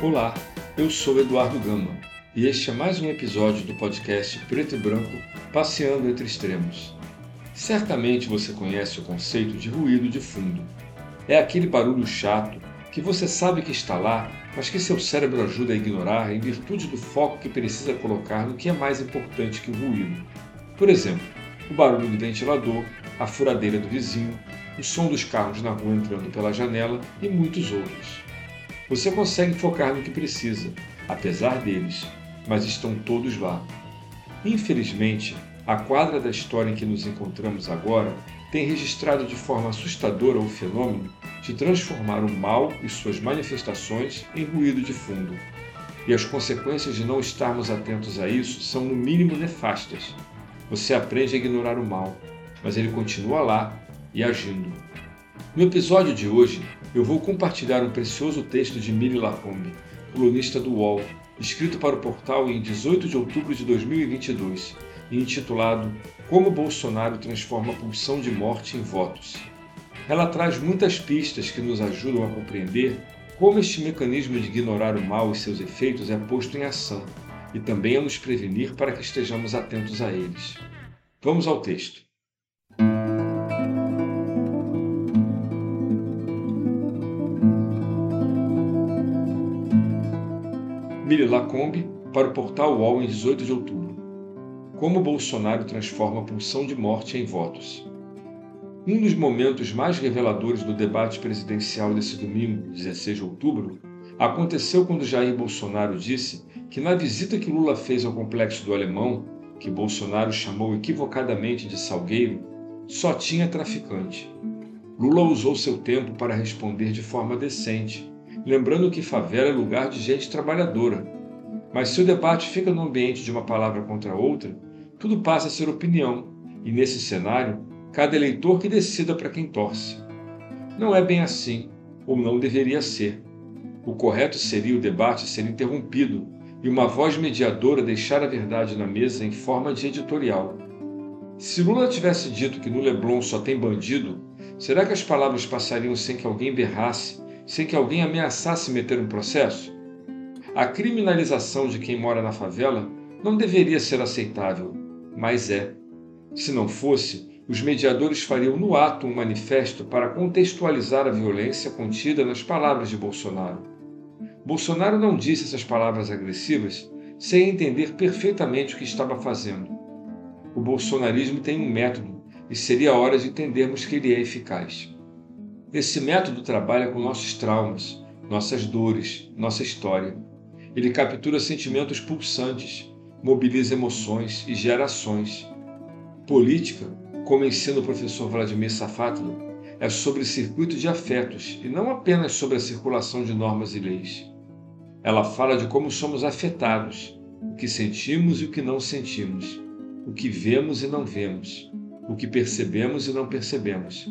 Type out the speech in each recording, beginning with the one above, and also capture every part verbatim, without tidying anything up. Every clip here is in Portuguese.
Olá, eu sou Eduardo Gama e este é mais um episódio do podcast Preto e Branco Passeando entre Extremos. Certamente você conhece o conceito de ruído de fundo. É aquele barulho chato que você sabe que está lá, mas que seu cérebro ajuda a ignorar em virtude do foco que precisa colocar no que é mais importante que o ruído. Por exemplo, o barulho do ventilador, a furadeira do vizinho, o som dos carros na rua entrando pela janela e muitos outros. Você consegue focar no que precisa, apesar deles, mas estão todos lá. Infelizmente, a quadra da história em que nos encontramos agora tem registrado de forma assustadora o fenômeno de transformar o mal e suas manifestações em ruído de fundo. E as consequências de não estarmos atentos a isso são no mínimo nefastas. Você aprende a ignorar o mal, mas ele continua lá e agindo. No episódio de hoje, eu vou compartilhar um precioso texto de Miri Lacombe, colunista do U O L, escrito para o portal em dezoito de outubro de dois mil e vinte e dois, e intitulado Como Bolsonaro transforma a pulsão de morte em votos. Ela traz muitas pistas que nos ajudam a compreender como este mecanismo de ignorar o mal e seus efeitos é posto em ação, e também a nos prevenir para que estejamos atentos a eles. Vamos ao texto. Miri Lacombe, para o portal U O L em dezoito de outubro. Como Bolsonaro transforma a pulsão de morte em votos. Um dos momentos mais reveladores do debate presidencial desse domingo, dezesseis de outubro, aconteceu quando Jair Bolsonaro disse que na visita que Lula fez ao Complexo do Alemão, que Bolsonaro chamou equivocadamente de Salgueiro, só tinha traficante. Lula usou seu tempo para responder de forma decente, lembrando que favela é lugar de gente trabalhadora. Mas se o debate fica no ambiente de uma palavra contra outra, tudo passa a ser opinião, e nesse cenário, cada eleitor que decida para quem torce. Não é bem assim, ou não deveria ser. O correto seria o debate ser interrompido e uma voz mediadora deixar a verdade na mesa em forma de editorial. Se Lula tivesse dito que no Leblon só tem bandido, será que as palavras passariam sem que alguém berrasse, sem que alguém ameaçasse meter um processo? A criminalização de quem mora na favela não deveria ser aceitável, mas é. Se não fosse, os mediadores fariam no ato um manifesto para contextualizar a violência contida nas palavras de Bolsonaro. Bolsonaro não disse essas palavras agressivas sem entender perfeitamente o que estava fazendo. O bolsonarismo tem um método e seria hora de entendermos que ele é eficaz. Esse método trabalha com nossos traumas, nossas dores, nossa história. Ele captura sentimentos pulsantes, mobiliza emoções e gera ações. Política, como ensina o professor Vladimir Safatli, é sobre circuito de afetos e não apenas sobre a circulação de normas e leis. Ela fala de como somos afetados, o que sentimos e o que não sentimos, o que vemos e não vemos, o que percebemos e não percebemos.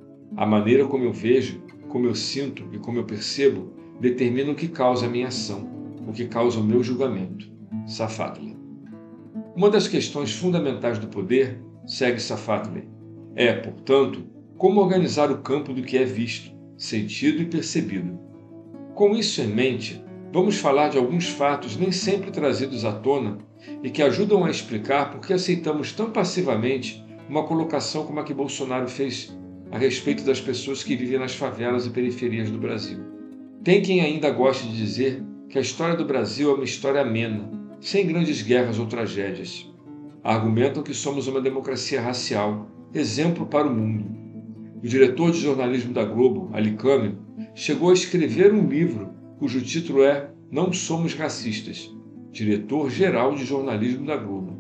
A maneira como eu vejo, como eu sinto e como eu percebo determina o que causa a minha ação, o que causa o meu julgamento. Safatli. Uma das questões fundamentais do poder, segue Safatli, é, portanto, como organizar o campo do que é visto, sentido e percebido. Com isso em mente, vamos falar de alguns fatos nem sempre trazidos à tona e que ajudam a explicar por que aceitamos tão passivamente uma colocação como a que Bolsonaro fez a respeito das pessoas que vivem nas favelas e periferias do Brasil. Tem quem ainda goste de dizer que a história do Brasil é uma história amena, sem grandes guerras ou tragédias. Argumentam que somos uma democracia racial, exemplo para o mundo. O diretor de jornalismo da Globo, Ali Câmara, chegou a escrever um livro cujo título é Não Somos Racistas, diretor-geral de jornalismo da Globo.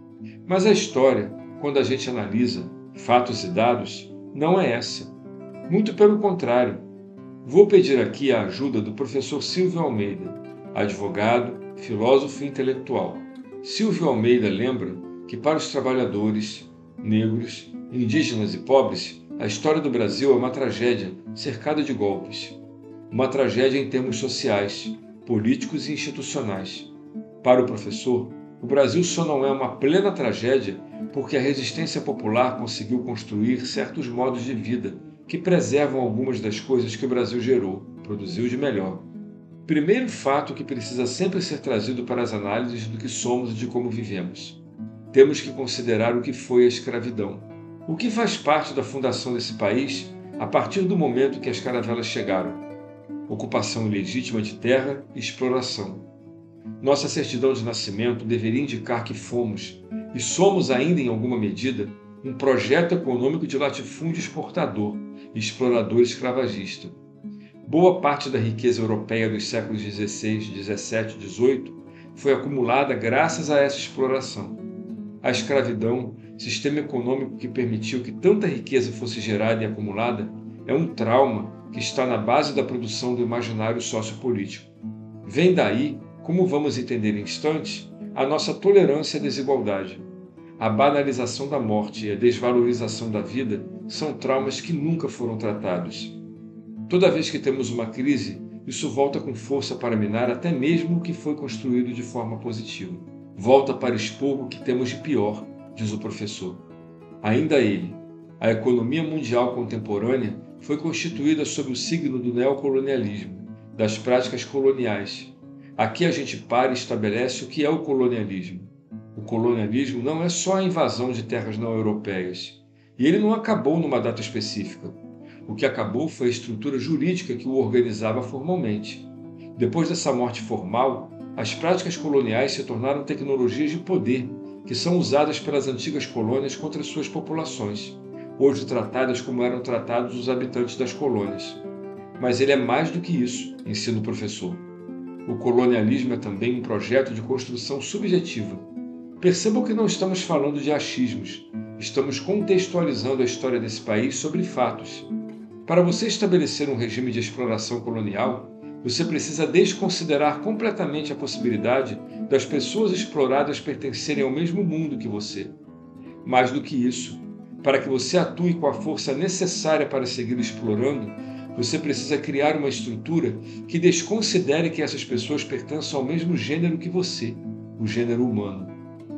Mas a história, quando a gente analisa fatos e dados, não é essa. Muito pelo contrário. Vou pedir aqui a ajuda do professor Silvio Almeida, advogado, filósofo e intelectual. Silvio Almeida lembra que para os trabalhadores, negros, indígenas e pobres, a história do Brasil é uma tragédia cercada de golpes. Uma tragédia em termos sociais, políticos e institucionais. Para o professor, o Brasil só não é uma plena tragédia porque a resistência popular conseguiu construir certos modos de vida que preservam algumas das coisas que o Brasil gerou, produziu de melhor. Primeiro fato que precisa sempre ser trazido para as análises do que somos e de como vivemos. Temos que considerar o que foi a escravidão. O que faz parte da fundação desse país a partir do momento que as caravelas chegaram. Ocupação ilegítima de terra e exploração. Nossa certidão de nascimento deveria indicar que fomos, e somos ainda em alguma medida, um projeto econômico de latifúndio exportador e explorador escravagista. Boa parte da riqueza europeia dos séculos dezesseis, dezessete e dezoito foi acumulada graças a essa exploração. A escravidão, sistema econômico que permitiu que tanta riqueza fosse gerada e acumulada, é um trauma que está na base da produção do imaginário sociopolítico. Vem daí, como vamos entender em instantes, a nossa tolerância à desigualdade. A banalização da morte e a desvalorização da vida são traumas que nunca foram tratados. Toda vez que temos uma crise, isso volta com força para minar até mesmo o que foi construído de forma positiva. Volta para expor o que temos de pior, diz o professor. Ainda ele, a economia mundial contemporânea foi constituída sob o signo do neocolonialismo, das práticas coloniais. Aqui a gente para e estabelece o que é o colonialismo. O colonialismo não é só a invasão de terras não europeias, e ele não acabou numa data específica. O que acabou foi a estrutura jurídica que o organizava formalmente. Depois dessa morte formal, as práticas coloniais se tornaram tecnologias de poder, que são usadas pelas antigas colônias contra suas populações, hoje tratadas como eram tratados os habitantes das colônias. Mas ele é mais do que isso, ensina o professor. O colonialismo é também um projeto de construção subjetiva. Percebam que não estamos falando de achismos, estamos contextualizando a história desse país sobre fatos. Para você estabelecer um regime de exploração colonial, você precisa desconsiderar completamente a possibilidade das pessoas exploradas pertencerem ao mesmo mundo que você. Mais do que isso, para que você atue com a força necessária para seguir explorando, você precisa criar uma estrutura que desconsidere que essas pessoas pertençam ao mesmo gênero que você, o gênero humano.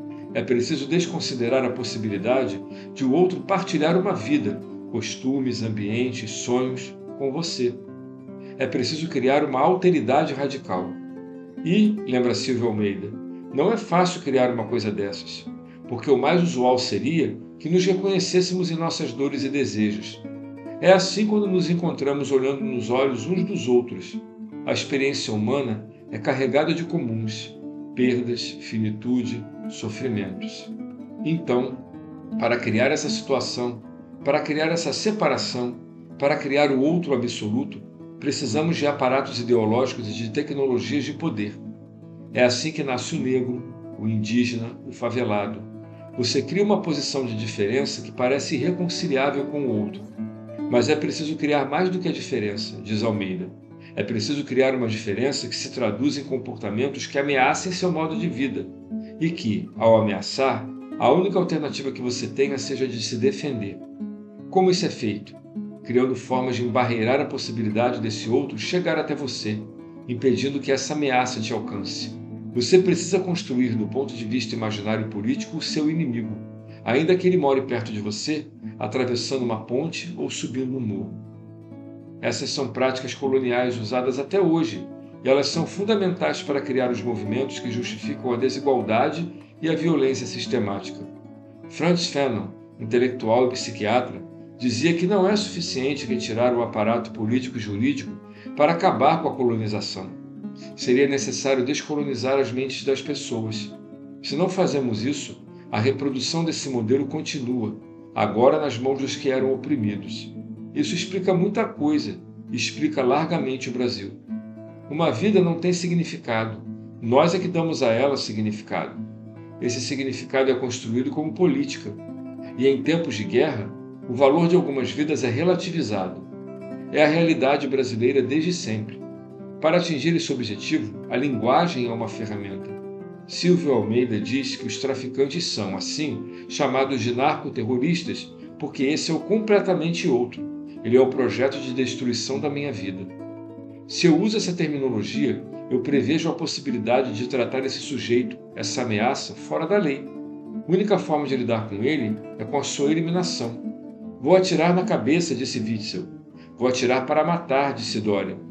É preciso desconsiderar a possibilidade de o outro partilhar uma vida, costumes, ambientes, sonhos com você. É preciso criar uma alteridade radical. E, lembra Silvio Almeida, não é fácil criar uma coisa dessas, porque o mais usual seria que nos reconhecêssemos em nossas dores e desejos. É assim quando nos encontramos olhando nos olhos uns dos outros. A experiência humana é carregada de comuns, perdas, finitude, sofrimentos. Então, para criar essa situação, para criar essa separação, para criar o outro absoluto, precisamos de aparatos ideológicos e de tecnologias de poder. É assim que nasce o negro, o indígena, o favelado. Você cria uma posição de diferença que parece irreconciliável com o outro. Mas é preciso criar mais do que a diferença, diz Almeida. É preciso criar uma diferença que se traduz em comportamentos que ameacem seu modo de vida e que, ao ameaçar, a única alternativa que você tenha seja de se defender. Como isso é feito? Criando formas de embarreirar a possibilidade desse outro chegar até você, impedindo que essa ameaça te alcance. Você precisa construir, do ponto de vista imaginário e político, o seu inimigo, ainda que ele more perto de você, atravessando uma ponte ou subindo um morro. Essas são práticas coloniais usadas até hoje, e elas são fundamentais para criar os movimentos que justificam a desigualdade e a violência sistemática. Frantz Fanon, intelectual e psiquiatra, dizia que não é suficiente retirar o aparato político e jurídico para acabar com a colonização. Seria necessário descolonizar as mentes das pessoas. Se não fazemos isso, a reprodução desse modelo continua, agora nas mãos dos que eram oprimidos. Isso explica muita coisa e explica largamente o Brasil. Uma vida não tem significado. Nós é que damos a ela significado. Esse significado é construído como política. E em tempos de guerra, o valor de algumas vidas é relativizado. É a realidade brasileira desde sempre. Para atingir esse objetivo, a linguagem é uma ferramenta. Silvio Almeida diz que os traficantes são, assim, chamados de narcoterroristas porque esse é o completamente outro. Ele é o projeto de destruição da minha vida. Se eu uso essa terminologia, eu prevejo a possibilidade de tratar esse sujeito, essa ameaça, fora da lei. A única forma de lidar com ele é com a sua eliminação. Vou atirar na cabeça, disse Witzel. Vou atirar para matar, disse Dória.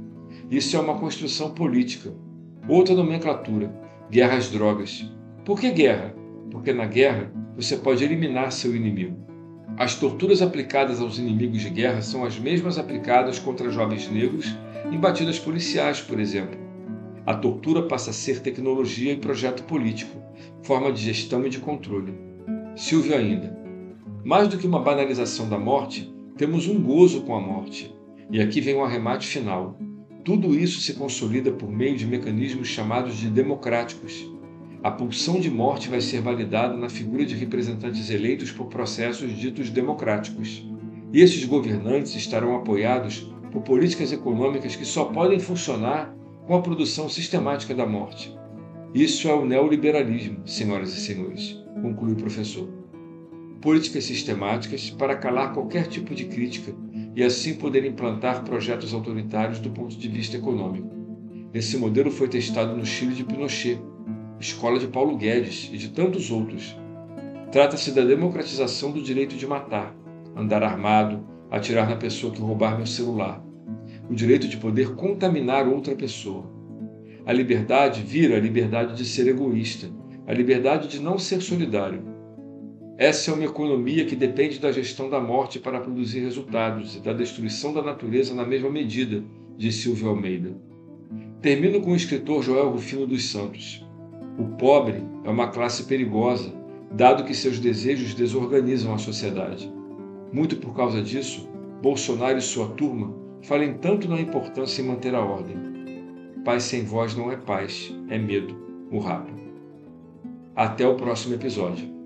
Isso é uma construção política. Outra nomenclatura: guerra às drogas. Por que guerra? Porque na guerra você pode eliminar seu inimigo. As torturas aplicadas aos inimigos de guerra são as mesmas aplicadas contra jovens negros em batidas policiais, por exemplo. A tortura passa a ser tecnologia e projeto político, forma de gestão e de controle. Silvio ainda: mais do que uma banalização da morte, temos um gozo com a morte. E aqui vem o arremate final. Tudo isso se consolida por meio de mecanismos chamados de democráticos. A pulsão de morte vai ser validada na figura de representantes eleitos por processos ditos democráticos. E esses governantes estarão apoiados por políticas econômicas que só podem funcionar com a produção sistemática da morte. Isso é o neoliberalismo, senhoras e senhores, conclui o professor. Políticas sistemáticas para calar qualquer tipo de crítica e assim poder implantar projetos autoritários do ponto de vista econômico. Esse modelo foi testado no Chile de Pinochet, escola de Paulo Guedes e de tantos outros. Trata-se da democratização do direito de matar, andar armado, atirar na pessoa que roubar meu celular. O direito de poder contaminar outra pessoa. A liberdade vira a liberdade de ser egoísta, a liberdade de não ser solidário. Essa é uma economia que depende da gestão da morte para produzir resultados e da destruição da natureza na mesma medida, disse Silvio Almeida. Termino com o escritor Joel Rufino dos Santos. O pobre é uma classe perigosa, dado que seus desejos desorganizam a sociedade. Muito por causa disso, Bolsonaro e sua turma falem tanto na importância em manter a ordem. Paz sem voz não é paz, é medo, o rapa. Até o próximo episódio.